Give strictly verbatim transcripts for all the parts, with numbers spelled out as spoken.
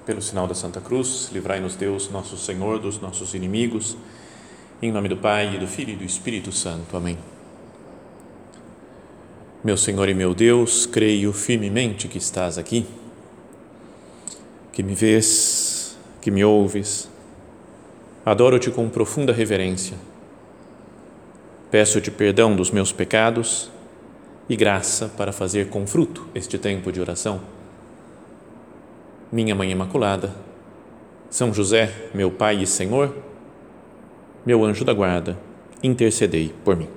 Pelo sinal da Santa Cruz, livrai-nos Deus, nosso Senhor, dos nossos inimigos. Em nome do Pai, e do Filho e do Espírito Santo. Amém. Meu Senhor e meu Deus, creio firmemente que estás aqui, que me vês, que me ouves. Adoro-te com profunda reverência. Peço-te perdão dos meus pecados e graça para fazer com fruto este tempo de oração. Minha Mãe Imaculada, São José, meu Pai e Senhor, meu anjo da guarda, intercedei por mim.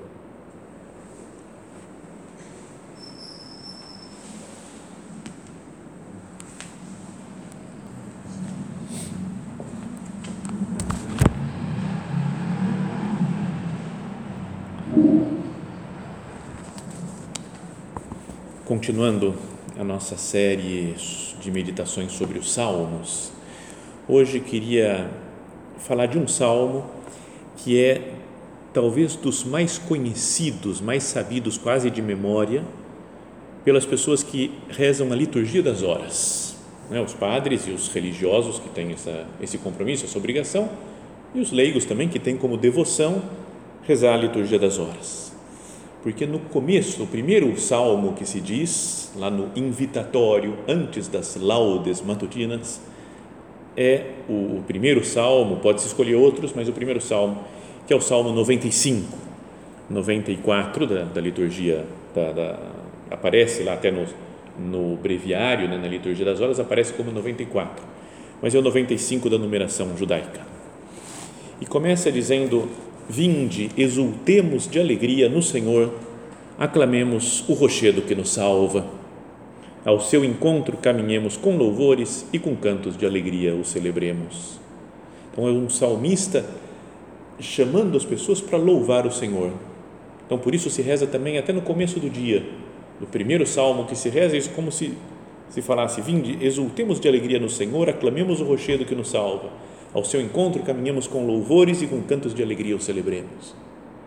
Continuando a nossa série de meditações sobre os Salmos, hoje queria falar de um salmo que é talvez dos mais conhecidos, mais sabidos quase de memória pelas pessoas que rezam a liturgia das horas, né? Os padres e os religiosos que têm essa, esse compromisso, essa obrigação, e os leigos também que têm como devoção rezar a liturgia das horas. Porque no começo, o primeiro salmo que se diz, lá no invitatório, antes das laudes matutinas, é o, o primeiro salmo, pode-se escolher outros, mas o primeiro salmo, que é o Salmo noventa e cinco, noventa e quatro da, da liturgia, da, da, aparece lá até no, no breviário, né, na liturgia das horas, aparece como noventa e quatro, mas é o noventa e cinco da numeração judaica. E começa dizendo: vinde, exultemos de alegria no Senhor, aclamemos o rochedo que nos salva. Ao seu encontro caminhemos com louvores e com cantos de alegria o celebremos. Então é um salmista chamando as pessoas para louvar o Senhor. Então por isso se reza também até no começo do dia, no primeiro salmo que se reza, isso como se se falasse: vinde, exultemos de alegria no Senhor, aclamemos o rochedo que nos salva. Ao seu encontro caminhamos com louvores e com cantos de alegria o celebremos.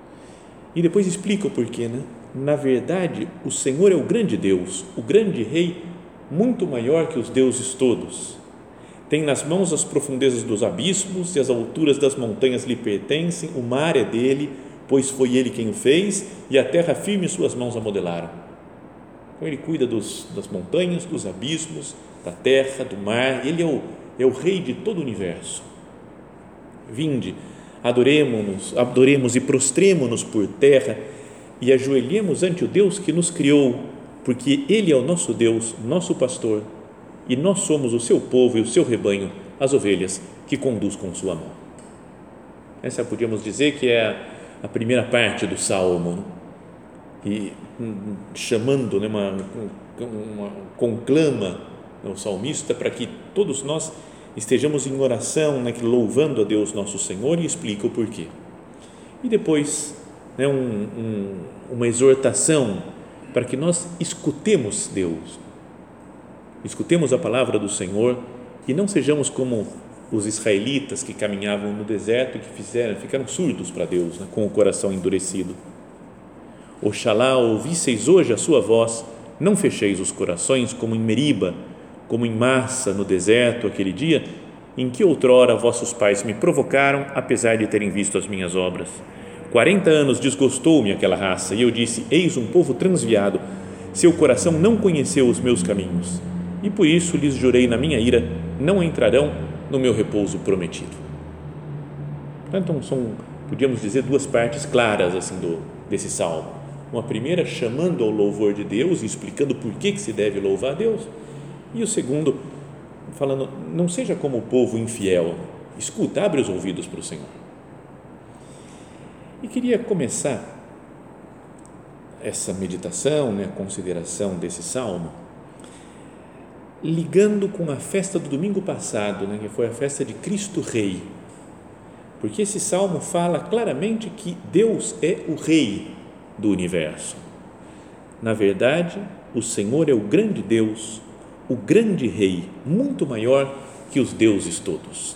E depois explica o porquê, né? Na verdade, o Senhor é o grande Deus, o grande Rei, muito maior que os deuses todos. Tem nas mãos as profundezas dos abismos e as alturas das montanhas lhe pertencem, o mar é dele, pois foi ele quem o fez, e a terra firme suas mãos a modelaram. Então ele cuida dos, das montanhas, dos abismos, da terra, do mar, ele é o, é o Rei de todo o universo. Vinde, adoremo-nos, adoremos e prostremo-nos por terra e ajoelhemos ante o Deus que nos criou, porque Ele é o nosso Deus, nosso pastor, e nós somos o seu povo e o seu rebanho, as ovelhas que conduz com sua mão. Essa podíamos dizer que é a primeira parte do Salmo, e chamando, né, uma, uma conclama o salmista para que todos nós estejamos em oração, né, louvando a Deus nosso Senhor, e explica o porquê. E depois, né, um, um, uma exortação para que nós escutemos Deus, escutemos a palavra do Senhor e não sejamos como os israelitas que caminhavam no deserto e que fizeram, ficaram surdos para Deus, né, com o coração endurecido. Oxalá ouvisseis hoje a sua voz, não fecheis os corações como em Meriba, como em Massa, no deserto, aquele dia em que outrora vossos pais me provocaram, apesar de terem visto as minhas obras. Quarenta anos desgostou-me aquela raça, e eu disse: eis um povo transviado, seu coração não conheceu os meus caminhos, e por isso lhes jurei na minha ira, não entrarão no meu repouso prometido. Então são, podíamos dizer, duas partes claras assim do, desse salmo. Uma primeira chamando ao louvor de Deus e explicando por que, que se deve louvar a Deus, e o segundo, falando, não seja como o povo infiel, escuta, abre os ouvidos para o Senhor. E queria começar essa meditação, né, a consideração desse salmo, ligando com a festa do domingo passado, né, que foi a festa de Cristo Rei, porque esse salmo fala claramente que Deus é o Rei do universo. Na verdade, o Senhor é o grande Deus, o grande Rei, muito maior que os deuses todos.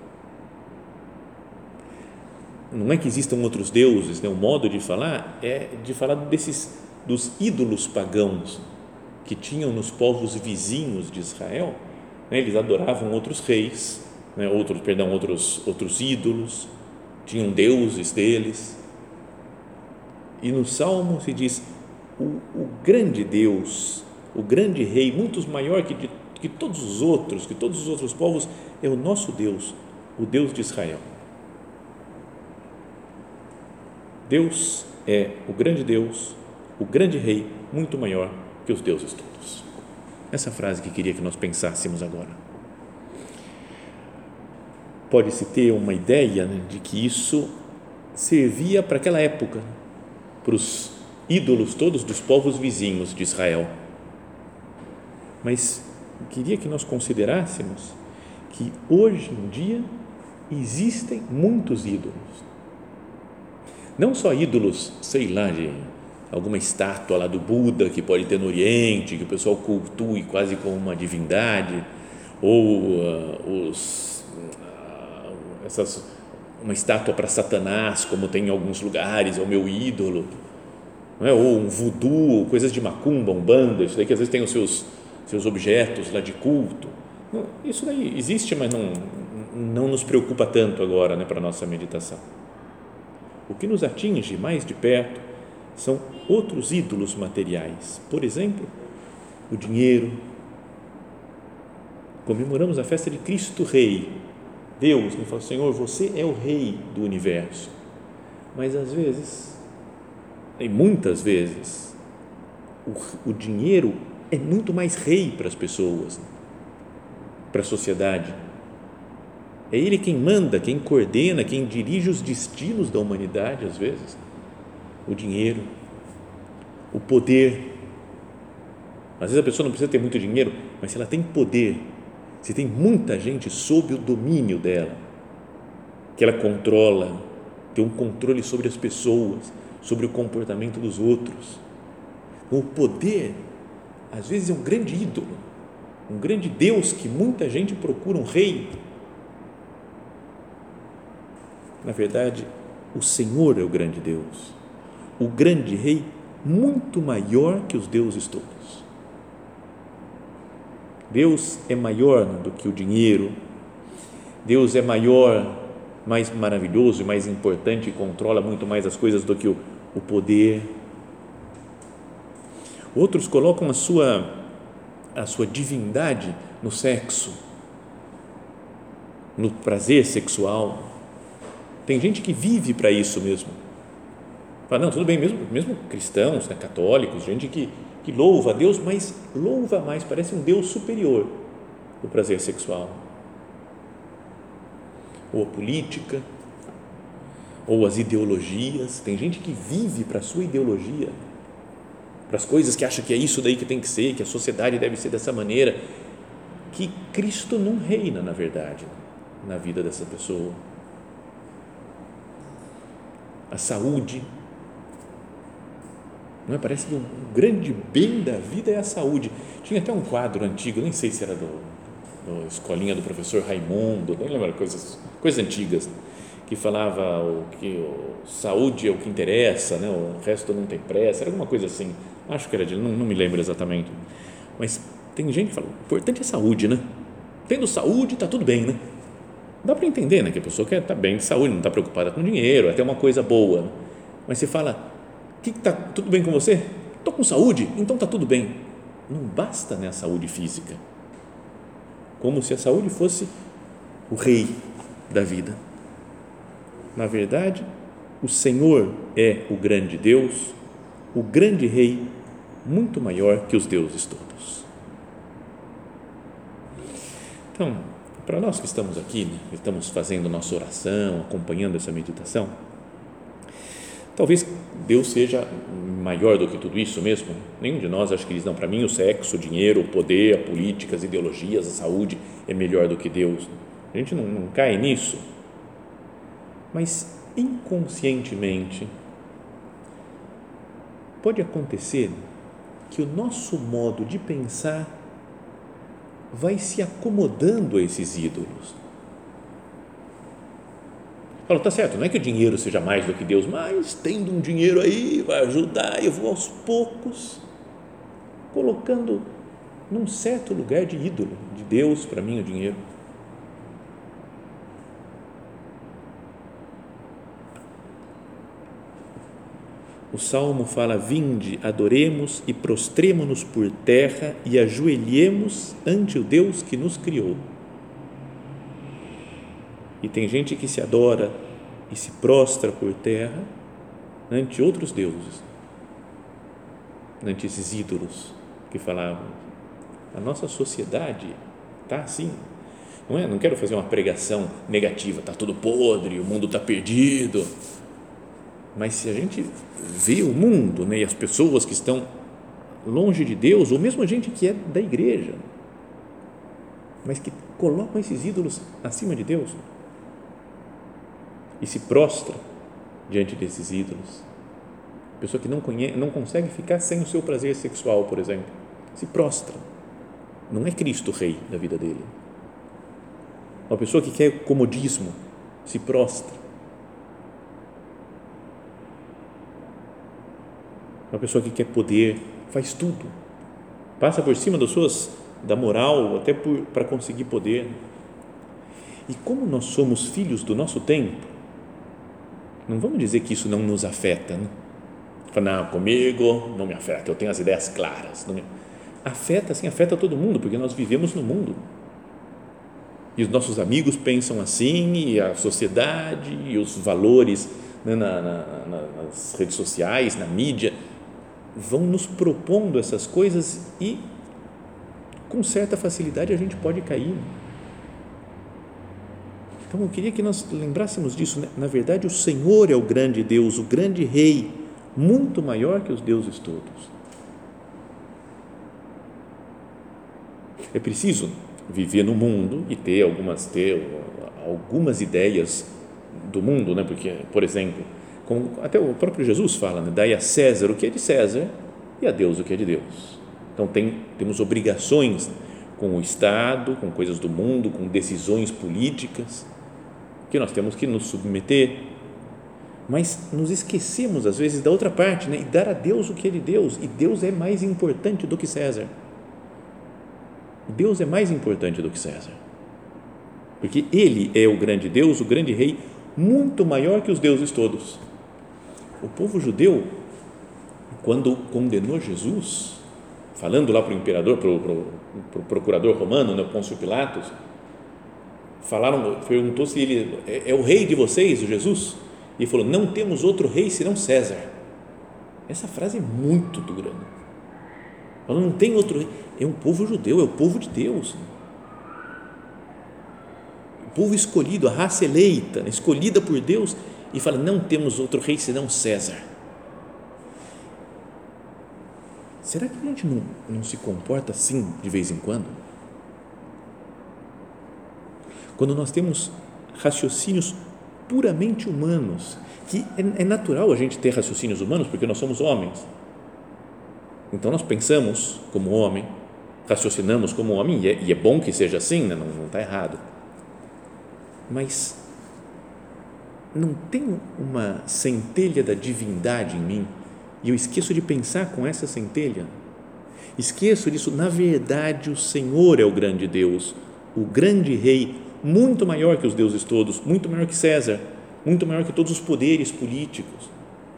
Não é que existam outros deuses, né? O modo de falar é de falar desses, dos ídolos pagãos que tinham nos povos vizinhos de Israel né? Eles adoravam outros reis, né? outros, perdão, outros, outros ídolos, tinham deuses deles. E no Salmo se diz, o, o grande Deus, o grande rei, muito maior que, de, que todos os outros, que todos os outros povos, é o nosso Deus, o Deus de Israel. Deus é o grande Deus, o grande rei, muito maior que os deuses todos. Essa frase que queria que nós pensássemos agora. Pode-se ter uma ideia, né, de que isso servia para aquela época, para os ídolos todos dos povos vizinhos de Israel. Mas queria que nós considerássemos que hoje em dia existem muitos ídolos. Não só ídolos, sei lá, de alguma estátua lá do Buda que pode ter no Oriente, que o pessoal cultue quase como uma divindade, ou uh, os, uh, essas, uma estátua para Satanás, como tem em alguns lugares, é o meu ídolo, não é? Ou um voodoo, coisas de macumba, umbanda, isso daí que às vezes tem os seus, seus objetos lá de culto. Isso daí existe, mas não, não nos preocupa tanto agora, né, para a nossa meditação. O que nos atinge mais de perto são outros ídolos materiais. Por exemplo, o dinheiro. Comemoramos a festa de Cristo Rei. Deus me fala, Senhor, você é o Rei do universo. Mas às vezes, e muitas vezes, o, o dinheiro é muito mais rei para as pessoas, para a sociedade. É ele quem manda, quem coordena, quem dirige os destinos da humanidade, às vezes. O dinheiro, o poder. Às vezes a pessoa não precisa ter muito dinheiro, mas se ela tem poder, se tem muita gente sob o domínio dela, que ela controla, tem um controle sobre as pessoas, sobre o comportamento dos outros. O poder, às vezes, é um grande ídolo, um grande Deus que muita gente procura, um rei. Na verdade, o Senhor é o grande Deus, o grande rei, muito maior que os deuses todos. Deus é maior do que o dinheiro, Deus é maior, mais maravilhoso e mais importante e controla muito mais as coisas do que o, o poder. Outros colocam a sua, a sua divindade no sexo, no prazer sexual. Tem gente que vive para isso mesmo. Fala, não, tudo bem, mesmo, mesmo cristãos, né, católicos, gente que, que louva a Deus, mas louva mais, parece um Deus superior do prazer sexual. Ou a política, ou as ideologias. Tem gente que vive para a sua ideologia, para as coisas que acha que é isso daí que tem que ser, que a sociedade deve ser dessa maneira, que Cristo não reina, na verdade, na vida dessa pessoa. A saúde, não é? Parece que o grande bem da vida é a saúde. Tinha até um quadro antigo, nem sei se era do, do escolinha do professor Raimundo, nem lembro, coisas, coisas antigas, que falava o que o, saúde é o que interessa, né? O resto não tem pressa, era alguma coisa assim, acho que era de, não, não me lembro exatamente, mas tem gente que fala, o importante é saúde, né? Tendo saúde, está tudo bem, né? Dá para entender, né, que a pessoa quer estar bem de saúde, não está preocupada com dinheiro, até uma coisa boa, né? Mas você fala, que está tudo bem com você? Estou com saúde, então está tudo bem. Não basta, né, a saúde física, como se a saúde fosse o rei da vida. Na verdade, o Senhor é o grande Deus, o grande rei, muito maior que os deuses todos. Então, para nós que estamos aqui, né, estamos fazendo nossa oração, acompanhando essa meditação, talvez Deus seja maior do que tudo isso mesmo. Nenhum de nós acha que diz, não, para mim o sexo, o dinheiro, o poder, a política, as ideologias, a saúde é melhor do que Deus. A gente não, não cai nisso, mas inconscientemente pode acontecer que o nosso modo de pensar vai se acomodando a esses ídolos. Fala, tá certo, não é que o dinheiro seja mais do que Deus, mas tendo um dinheiro aí vai ajudar, eu vou aos poucos colocando num certo lugar de ídolo, de Deus para mim o dinheiro. O Salmo fala: vinde, adoremos e prostremo-nos por terra e ajoelhemos ante o Deus que nos criou. E tem gente que se adora e se prostra por terra ante outros deuses, ante esses ídolos que falavam. A nossa sociedade está assim, não é? Não quero fazer uma pregação negativa, está tudo podre, o mundo está perdido, mas se a gente vê o mundo, né, e as pessoas que estão longe de Deus, ou mesmo a gente que é da igreja, mas que colocam esses ídolos acima de Deus e se prostra diante desses ídolos, pessoa que não, conhece, não consegue ficar sem o seu prazer sexual, por exemplo, se prostra, não é Cristo rei da vida dele. Uma pessoa que quer comodismo se prostra. Uma pessoa que quer poder faz tudo, passa por cima das suas, da moral, até para conseguir poder. E como nós somos filhos do nosso tempo, não vamos dizer que isso não nos afeta, né? Não, comigo não me afeta, eu tenho as ideias claras. Não me... Afeta, sim, afeta todo mundo, porque nós vivemos no mundo. E os nossos amigos pensam assim, e a sociedade, e os valores, né, na, na, nas redes sociais, na mídia, vão nos propondo essas coisas e, com certa facilidade, a gente pode cair. Então, eu queria que nós lembrássemos disso, né? Na verdade, o Senhor é o grande Deus, o grande Rei, muito maior que os deuses todos. É preciso viver no mundo e ter algumas, ter algumas ideias do mundo, né? Porque, por exemplo, como até o próprio Jesus fala, né? Dai a César o que é de César e a Deus o que é de Deus. Então, tem, temos obrigações com o Estado, com coisas do mundo, com decisões políticas, que nós temos que nos submeter, mas nos esquecemos às vezes da outra parte, né? E dar a Deus o que é de Deus, e Deus é mais importante do que César. Deus é mais importante do que César, porque Ele é o grande Deus, o grande Rei, muito maior que os deuses todos. O povo judeu, quando condenou Jesus, falando lá para o imperador, para o, para o, para o procurador romano, né, Pôncio Pilatos, falaram, perguntou se ele é, é o rei de vocês, o Jesus, e ele falou: não temos outro rei senão César. Essa frase é muito dura, né? Falando, não tem outro rei, é um povo judeu, é o povo de Deus, o povo escolhido, a raça eleita, escolhida por Deus, e fala: não temos outro rei senão César. Será que a gente não, não se comporta assim de vez em quando? Quando nós temos raciocínios puramente humanos, que é, é natural a gente ter raciocínios humanos, porque nós somos homens, então nós pensamos como homem, raciocinamos como homem, e é, e é bom que seja assim, né? não, não está errado, mas não tem uma centelha da divindade em mim, e eu esqueço de pensar com essa centelha, esqueço disso. Na verdade, o Senhor é o grande Deus, o grande Rei, muito maior que os deuses todos, muito maior que César, muito maior que todos os poderes políticos.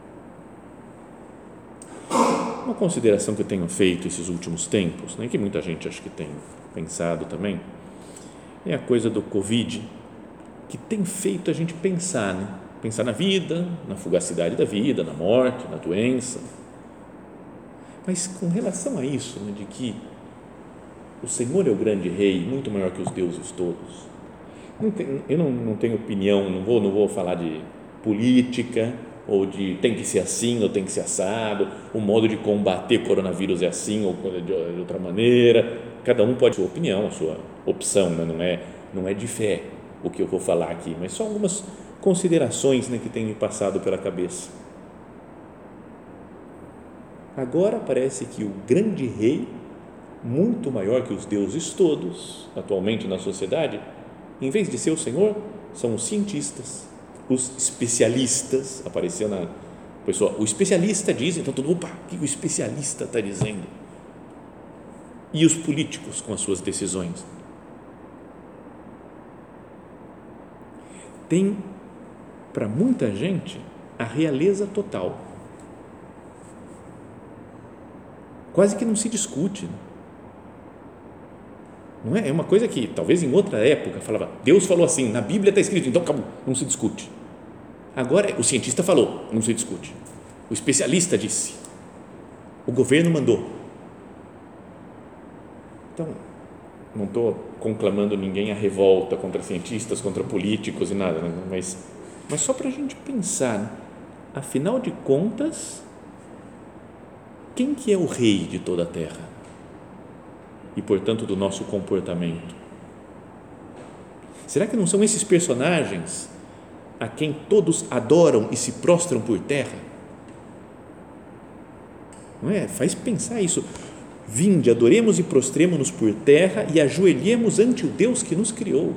Uma consideração que eu tenho feito esses últimos tempos, né, que muita gente acho que tem pensado também, é a coisa do Covid, que tem feito a gente pensar, né? Pensar na vida, na fugacidade da vida, na morte, na doença. Mas com relação a isso, né, de que o Senhor é o grande Rei, muito maior que os deuses todos, eu não, não tenho opinião, não vou, não vou falar de política, ou de tem que ser assim, ou tem que ser assado, o modo de combater coronavírus é assim, ou de outra maneira. Cada um pode ter a sua opinião, a sua opção, né? não, é, não é de fé o que eu vou falar aqui, mas só algumas considerações, né, que têm me passado pela cabeça. Agora parece que o grande Rei, muito maior que os deuses todos, atualmente na sociedade, em vez de ser o Senhor, são os cientistas, os especialistas. Apareceu na pessoa, o especialista diz, então todo mundo, opa, o que o especialista está dizendo? e os políticos com as suas decisões. Tem, para muita gente, a realeza total. Quase que não se discute. Não é? É uma coisa que, talvez em outra época, falava, Deus falou assim, na Bíblia está escrito, então acabou, não se discute. Agora, o cientista falou, não se discute. O especialista disse. O governo mandou. Então, não estou conclamando ninguém a revolta contra cientistas, contra políticos e nada, né? mas, mas só para a gente pensar, né? Afinal de contas, quem que é o rei de toda a terra? E, portanto, do nosso comportamento? Será que não são esses personagens a quem todos adoram e se prostram por terra? Não é? Faz pensar isso. Vinde, adoremos e prostremo-nos por terra e ajoelhemos ante o Deus que nos criou.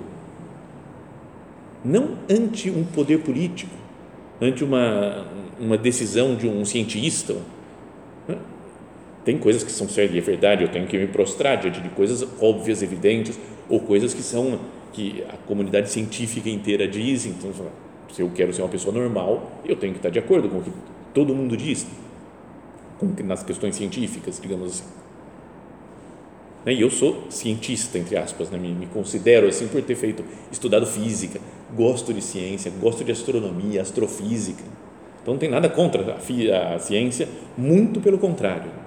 Não ante um poder político, ante uma, uma decisão de um cientista. Tem coisas que são sérias, é verdade, eu tenho que me prostrar diante de coisas óbvias, evidentes, ou coisas que são, que a comunidade científica inteira diz, então, se eu quero ser uma pessoa normal, eu tenho que estar de acordo com o que todo mundo diz, nas questões científicas, digamos assim. E eu sou cientista, entre aspas, né? me, me considero assim por ter feito, estudado física, gosto de ciência, gosto de astronomia, astrofísica, então não tem nada contra a, a ciência, muito pelo contrário.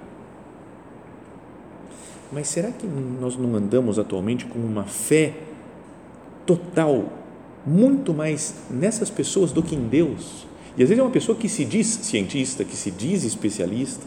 Mas será que nós não andamos atualmente com uma fé total, muito mais nessas pessoas do que em Deus? E às vezes é uma pessoa que se diz cientista, que se diz especialista.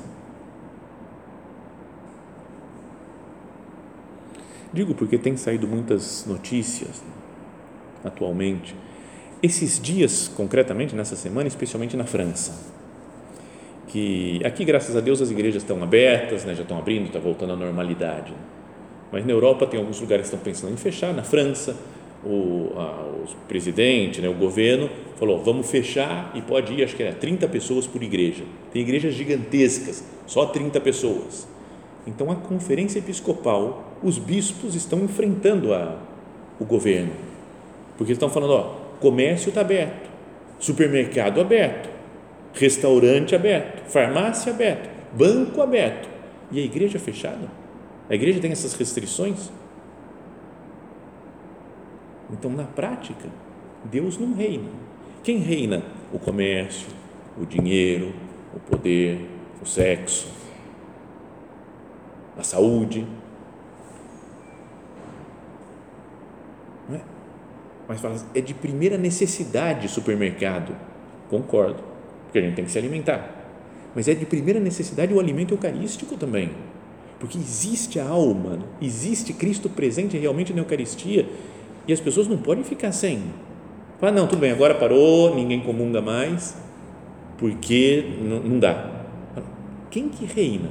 Digo porque tem saído muitas notícias atualmente, esses dias, concretamente nessa semana, especialmente na França, que aqui, graças a Deus, as igrejas estão abertas, né, já estão abrindo, está voltando à normalidade, mas na Europa tem alguns lugares que estão pensando em fechar. Na França, o, a, o presidente, né, o governo falou, vamos fechar e pode ir, acho que era trinta pessoas por igreja, tem igrejas gigantescas, só trinta pessoas. Então a conferência episcopal, os bispos estão enfrentando a, o governo, porque estão falando, ó, comércio está aberto, supermercado aberto, restaurante aberto, farmácia aberta, banco aberto, e a igreja fechada? A igreja tem essas restrições? Então, na prática, Deus não reina. Quem reina? O comércio, o dinheiro, o poder, o sexo, a saúde. Não é? Mas fala, é de primeira necessidade supermercado. Concordo, porque a gente tem que se alimentar. Mas é de primeira necessidade o alimento eucarístico também, porque existe a alma, existe Cristo presente realmente na Eucaristia, e as pessoas não podem ficar sem. Fala, não, tudo bem, agora parou, ninguém comunga mais, porque não, não dá. Quem que reina?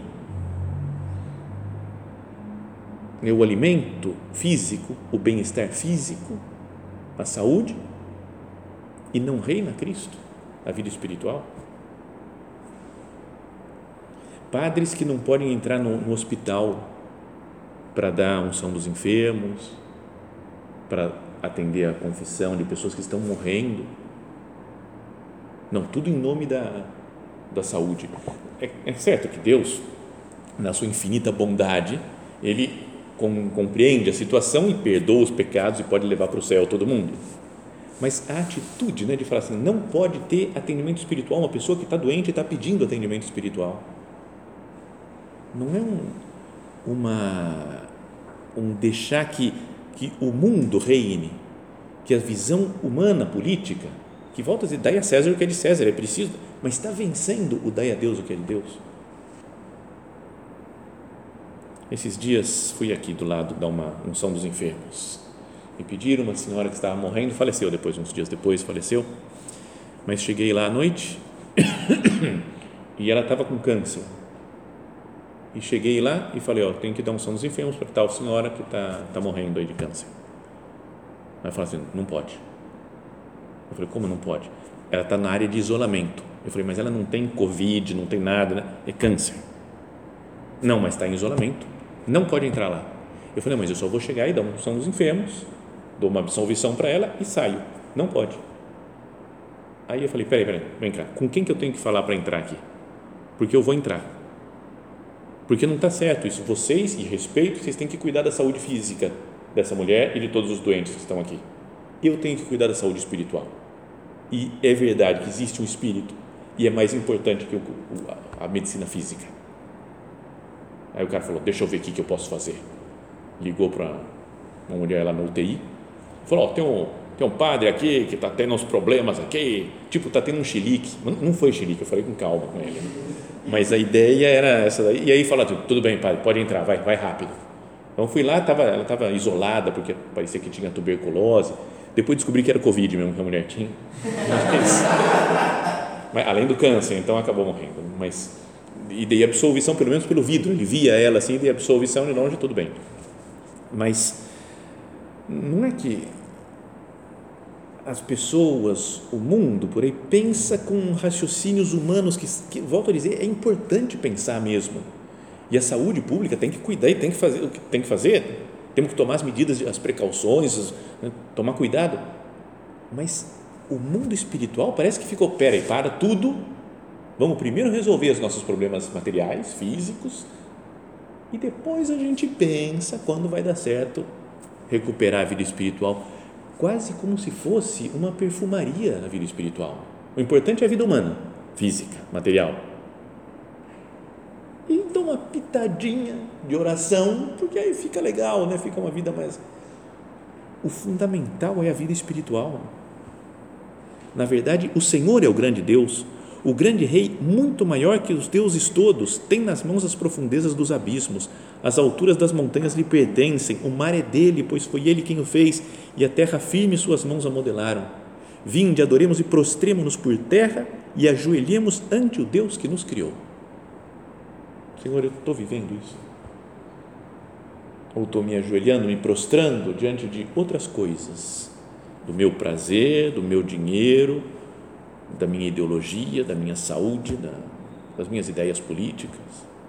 É o alimento físico, o bem-estar físico, a saúde, e não reina Cristo, a vida espiritual? Padres que não podem entrar no, no hospital para dar a unção dos enfermos, para atender a confissão de pessoas que estão morrendo. Não, tudo em nome da, da saúde. É, é certo que Deus, na sua infinita bondade, Ele com, compreende a situação e perdoa os pecados e pode levar para o céu todo mundo. Mas a atitude, né, de falar assim, não pode ter atendimento espiritual uma pessoa que está doente e está pedindo atendimento espiritual. Não é um, uma, um deixar que, que o mundo reine, que a visão humana, política, que volta a dizer, dai a César o que é de César, é preciso, mas está vencendo o dai a Deus o que é de Deus. Esses dias fui aqui do lado dar uma unção dos enfermos, me pediram, uma senhora que estava morrendo, faleceu depois, uns dias depois faleceu, mas cheguei lá à noite e ela estava com câncer. E cheguei lá e falei, ó, tenho que dar unção dos enfermos para tal senhora que está tá morrendo aí de câncer. Ela falou assim, não pode. Eu falei, como não pode? Ela está na área de isolamento. Eu falei, mas ela não tem Covid, não tem nada, né? É câncer. Não, mas está em isolamento. não pode entrar lá. Eu falei, mas eu só vou chegar e dar uma unção dos enfermos, dou uma absolvição para ela e saio. Não pode. Aí eu falei, peraí, peraí, vem cá, com quem que eu tenho que falar para entrar aqui? Porque eu vou entrar. Porque não está certo isso. Vocês, e respeito, vocês têm que cuidar da saúde física dessa mulher e de todos os doentes que estão aqui. Eu tenho que cuidar da saúde espiritual. E é verdade que existe um espírito e é mais importante que o, a medicina física. Aí o cara falou, deixa eu ver o que eu posso fazer. Ligou para uma mulher lá na U T I, falou, oh, tem, um, tem um padre aqui que está tendo uns problemas aqui, tipo, está tendo um chilique. Não foi chilique, eu falei com calma com ele. Mas a ideia era essa daí. E aí fala, tudo bem, padre, pode entrar, vai, vai rápido. Então fui lá, tava, ela estava isolada porque parecia que tinha tuberculose. Depois descobri que era Covid mesmo que a mulher tinha. Mas, mas, além do câncer, então acabou morrendo. Mas, e dei absolvição, pelo menos pelo vidro. Ele via ela assim, dei absolvição de longe, tudo bem. Mas não é que as pessoas, o mundo por aí, pensa com raciocínios humanos que, que, volto a dizer, é importante pensar mesmo. E a saúde pública tem que cuidar e tem que fazer o que tem que fazer. Temos que tomar as medidas, as precauções, né, tomar cuidado. Mas o mundo espiritual parece que ficou, peraí, para tudo, vamos primeiro resolver os nossos problemas materiais, físicos, e depois a gente pensa quando vai dar certo recuperar a vida espiritual, quase como se fosse uma perfumaria na vida espiritual. O importante é a vida humana, física, material. E dá uma pitadinha de oração, porque aí fica legal, né? Fica uma vida mais... O fundamental é a vida espiritual. Na verdade, o Senhor é o grande Deus, o grande Rei, muito maior que os deuses todos, tem nas mãos as profundezas dos abismos, as alturas das montanhas lhe pertencem, o mar é dele, pois foi ele quem o fez, e a terra firme suas mãos a modelaram. Vinde, adoremos e prostremo-nos por terra e ajoelhemos ante o Deus que nos criou. Senhor, eu estou vivendo isso? Ou estou me ajoelhando, me prostrando diante de outras coisas, do meu prazer, do meu dinheiro, da minha ideologia, da minha saúde, da, das minhas ideias políticas?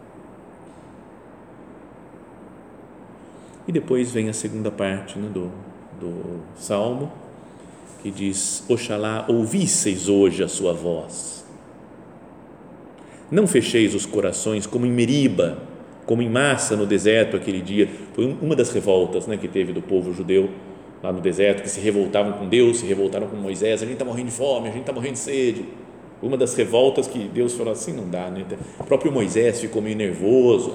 E depois vem a segunda parte, né, do, do Salmo, que diz, Oxalá ouvisseis hoje a sua voz. Não fecheis os corações como em Meriba, como em massa no deserto aquele dia. Foi uma das revoltas, né, que teve do povo judeu lá no deserto, que se revoltavam com Deus, se revoltaram com Moisés, a gente está morrendo de fome, a gente está morrendo de sede. Uma das revoltas que Deus falou assim, não dá, né? O próprio Moisés ficou meio nervoso.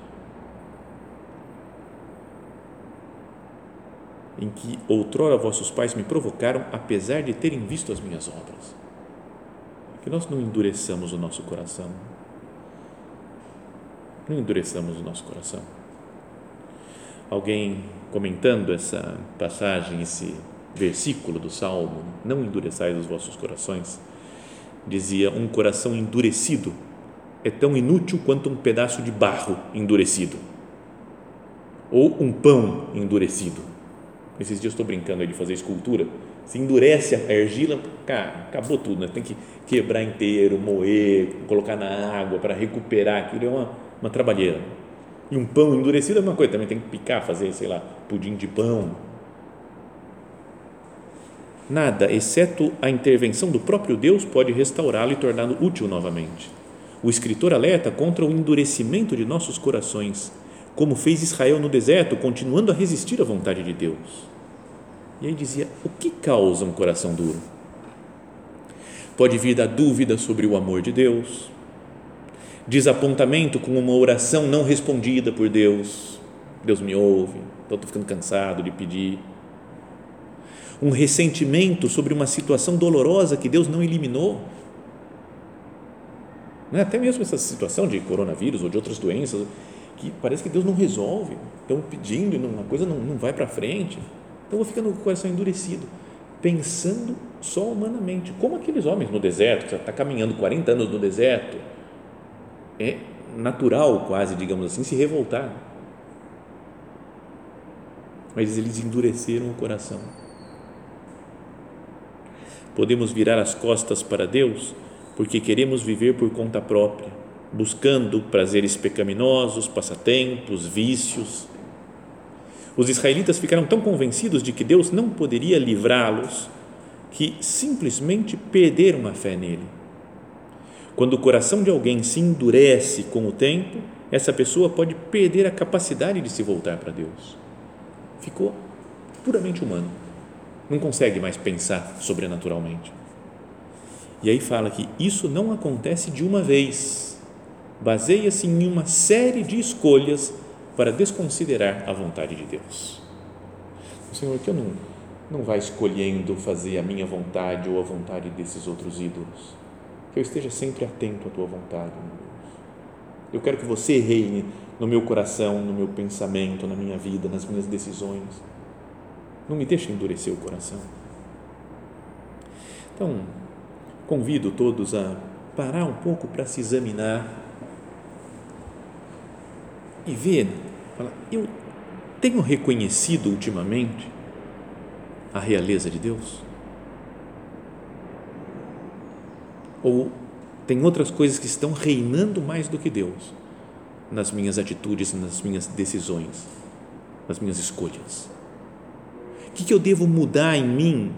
Em que outrora vossos pais me provocaram, apesar de terem visto as minhas obras. Que nós não endureçamos o nosso coração. Não endureçamos o nosso coração. Alguém comentando essa passagem, esse versículo do Salmo, não endureçais os vossos corações, dizia, um coração endurecido é tão inútil quanto um pedaço de barro endurecido ou um pão endurecido. Esses dias estou brincando aí de fazer escultura, se endurece a argila, cara, acabou tudo, né? Tem que quebrar inteiro, moer, colocar na água para recuperar aquilo, é uma, uma trabalheira. E um pão endurecido é uma coisa, também tem que picar, fazer, sei lá, pudim de pão. Nada, exceto a intervenção do próprio Deus, pode restaurá-lo e torná-lo útil novamente. O escritor alerta contra o endurecimento de nossos corações, como fez Israel no deserto, continuando a resistir à vontade de Deus. E aí dizia, o que causa um coração duro? Pode vir da dúvida sobre o amor de Deus, desapontamento com uma oração não respondida por Deus, Deus me ouve, então estou ficando cansado de pedir, um ressentimento sobre uma situação dolorosa que Deus não eliminou, não é? Até mesmo essa situação de coronavírus ou de outras doenças, que parece que Deus não resolve, estão pedindo e uma coisa não, não vai para frente, então vou ficando com o coração endurecido, pensando só humanamente, como aqueles homens no deserto, que está caminhando quarenta anos no deserto, é natural quase, digamos assim, se revoltar, mas eles endureceram o coração. Podemos virar as costas para Deus porque queremos viver por conta própria, buscando prazeres pecaminosos, passatempos, vícios. Os israelitas ficaram tão convencidos de que Deus não poderia livrá-los que simplesmente perderam a fé nele. Quando o coração de alguém se endurece com o tempo, essa pessoa pode perder a capacidade de se voltar para Deus. Ficou puramente humano, não consegue mais pensar sobrenaturalmente. E aí fala que isso não acontece de uma vez, baseia-se em uma série de escolhas para desconsiderar a vontade de Deus. O Senhor, que eu não, não vá escolhendo fazer a minha vontade ou a vontade desses outros ídolos, que eu esteja sempre atento à tua vontade, meu Deus. Eu quero que você reine no meu coração, no meu pensamento, na minha vida, nas minhas decisões. Não me deixe endurecer o coração. Então, convido todos a parar um pouco para se examinar e ver, falar, eu tenho reconhecido ultimamente a realeza de Deus? Ou tem outras coisas que estão reinando mais do que Deus nas minhas atitudes, nas minhas decisões, nas minhas escolhas? O que eu devo mudar em mim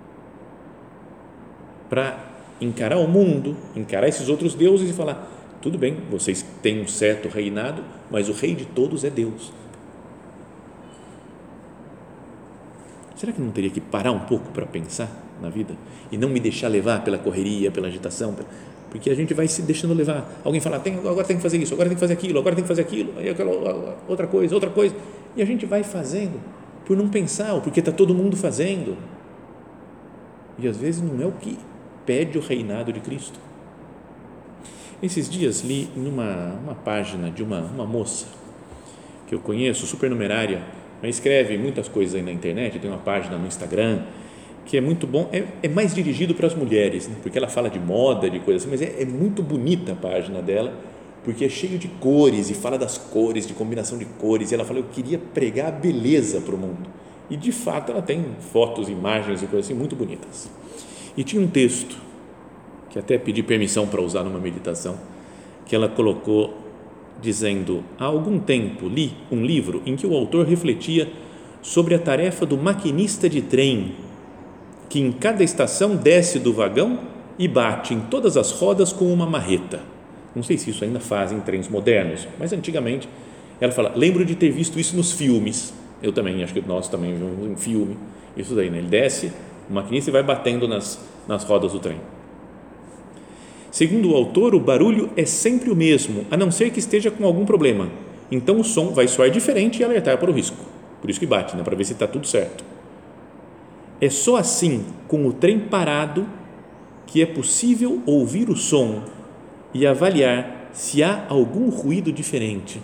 para encarar o mundo, encarar esses outros deuses e falar, tudo bem, vocês têm um certo reinado, mas o rei de todos é Deus. Será que não teria que parar um pouco para pensar na vida e não me deixar levar pela correria, pela agitação? Porque a gente vai se deixando levar. Alguém fala, tem, agora tem que fazer isso, agora tem que fazer aquilo, agora tem que fazer aquilo, aí aquela outra coisa, outra coisa. E a gente vai fazendo por não pensar, ou porque está todo mundo fazendo. E às vezes não é o que pede o reinado de Cristo. Esses dias li numa uma página de uma, uma moça que eu conheço, supernumerária, mas escreve muitas coisas aí na internet, tem uma página no Instagram que é muito bom, é, é mais dirigido para as mulheres, né? Porque ela fala de moda, de coisas assim, mas é, é muito bonita a página dela, porque é cheio de cores e fala das cores, de combinação de cores, e ela fala, eu queria pregar a beleza para o mundo, e de fato ela tem fotos, imagens e coisas assim muito bonitas. E tinha um texto que até pedi permissão para usar numa meditação, que ela colocou dizendo, há algum tempo li um livro em que o autor refletia sobre a tarefa do maquinista de trem, que em cada estação desce do vagão e bate em todas as rodas com uma marreta. Não sei se isso ainda fazem em trens modernos, mas antigamente, ela fala, lembro de ter visto isso nos filmes, eu também, acho que nós também vimos em filme, isso daí, né? Ele desce, o maquinista vai batendo nas, nas rodas do trem. Segundo o autor, o barulho é sempre o mesmo, a não ser que esteja com algum problema. Então o som vai soar diferente e alertar para o risco. Por isso que bate, né? Para ver se está tudo certo. É só assim, com o trem parado, que é possível ouvir o som e avaliar se há algum ruído diferente.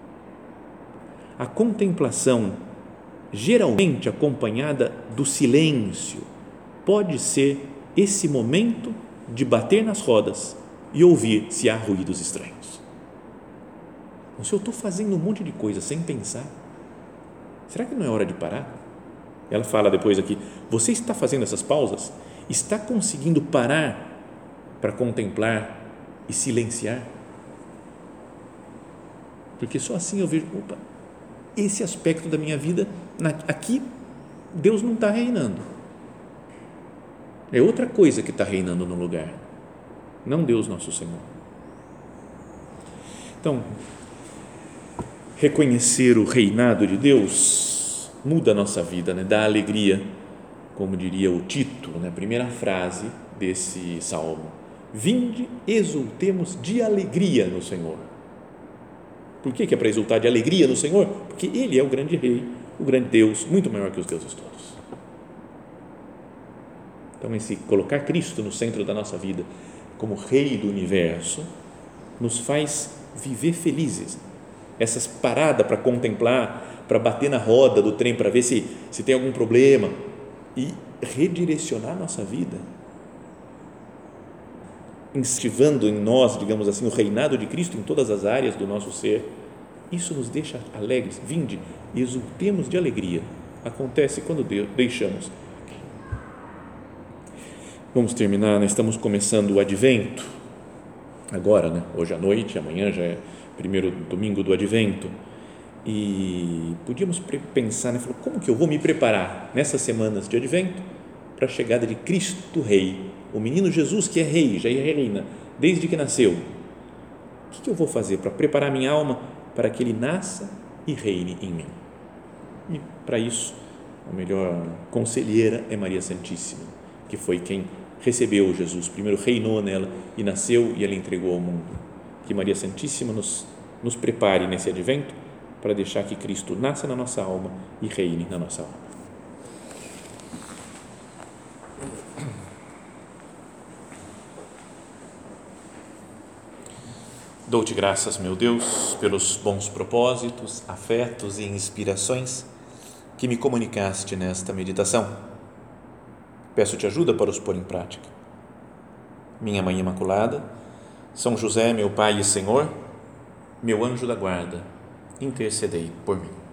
A contemplação, geralmente acompanhada do silêncio, pode ser esse momento de bater nas rodas e ouvir se há ruídos estranhos. Então, se eu estou fazendo um monte de coisa sem pensar, será que não é hora de parar? Ela fala depois aqui, você está fazendo essas pausas? Está conseguindo parar para contemplar e silenciar? Porque só assim eu vejo, opa, esse aspecto da minha vida, aqui Deus não está reinando. É outra coisa que está reinando no lugar, não Deus nosso Senhor. Então, reconhecer o reinado de Deus muda a nossa vida, né? Dá alegria, como diria o título, né? Primeira frase desse salmo, vinde, exultemos de alegria no Senhor. Por que que é para exultar de alegria no Senhor? Porque Ele é o grande Rei, o grande Deus, muito maior que os deuses todos. Então, esse colocar Cristo no centro da nossa vida, como Rei do Universo, nos faz viver felizes. Essas paradas para contemplar, para bater na roda do trem, para ver se, se tem algum problema e redirecionar a nossa vida, incentivando em nós, digamos assim, o reinado de Cristo em todas as áreas do nosso ser. Isso nos deixa alegres. Vinde, exultemos de alegria. Acontece quando deixamos. Vamos terminar, nós estamos começando o Advento, agora, né? Hoje à noite, amanhã já é primeiro domingo do Advento, e podíamos pensar, né? Falou, como que eu vou me preparar nessas semanas de Advento para a chegada de Cristo Rei, o menino Jesus que é rei, já reina desde que nasceu. O que, que eu vou fazer para preparar minha alma para que ele nasça e reine em mim? E para isso, a melhor conselheira é Maria Santíssima, que foi quem recebeu Jesus, primeiro reinou nela e nasceu e ela entregou ao mundo. Que Maria Santíssima nos, nos prepare nesse Advento para deixar que Cristo nasça na nossa alma e reine na nossa alma. Dou-te graças, meu Deus, pelos bons propósitos, afetos e inspirações que me comunicaste nesta meditação. Peço-te ajuda para os pôr em prática. Minha Mãe Imaculada, São José, meu Pai e Senhor, meu anjo da guarda, intercedei por mim.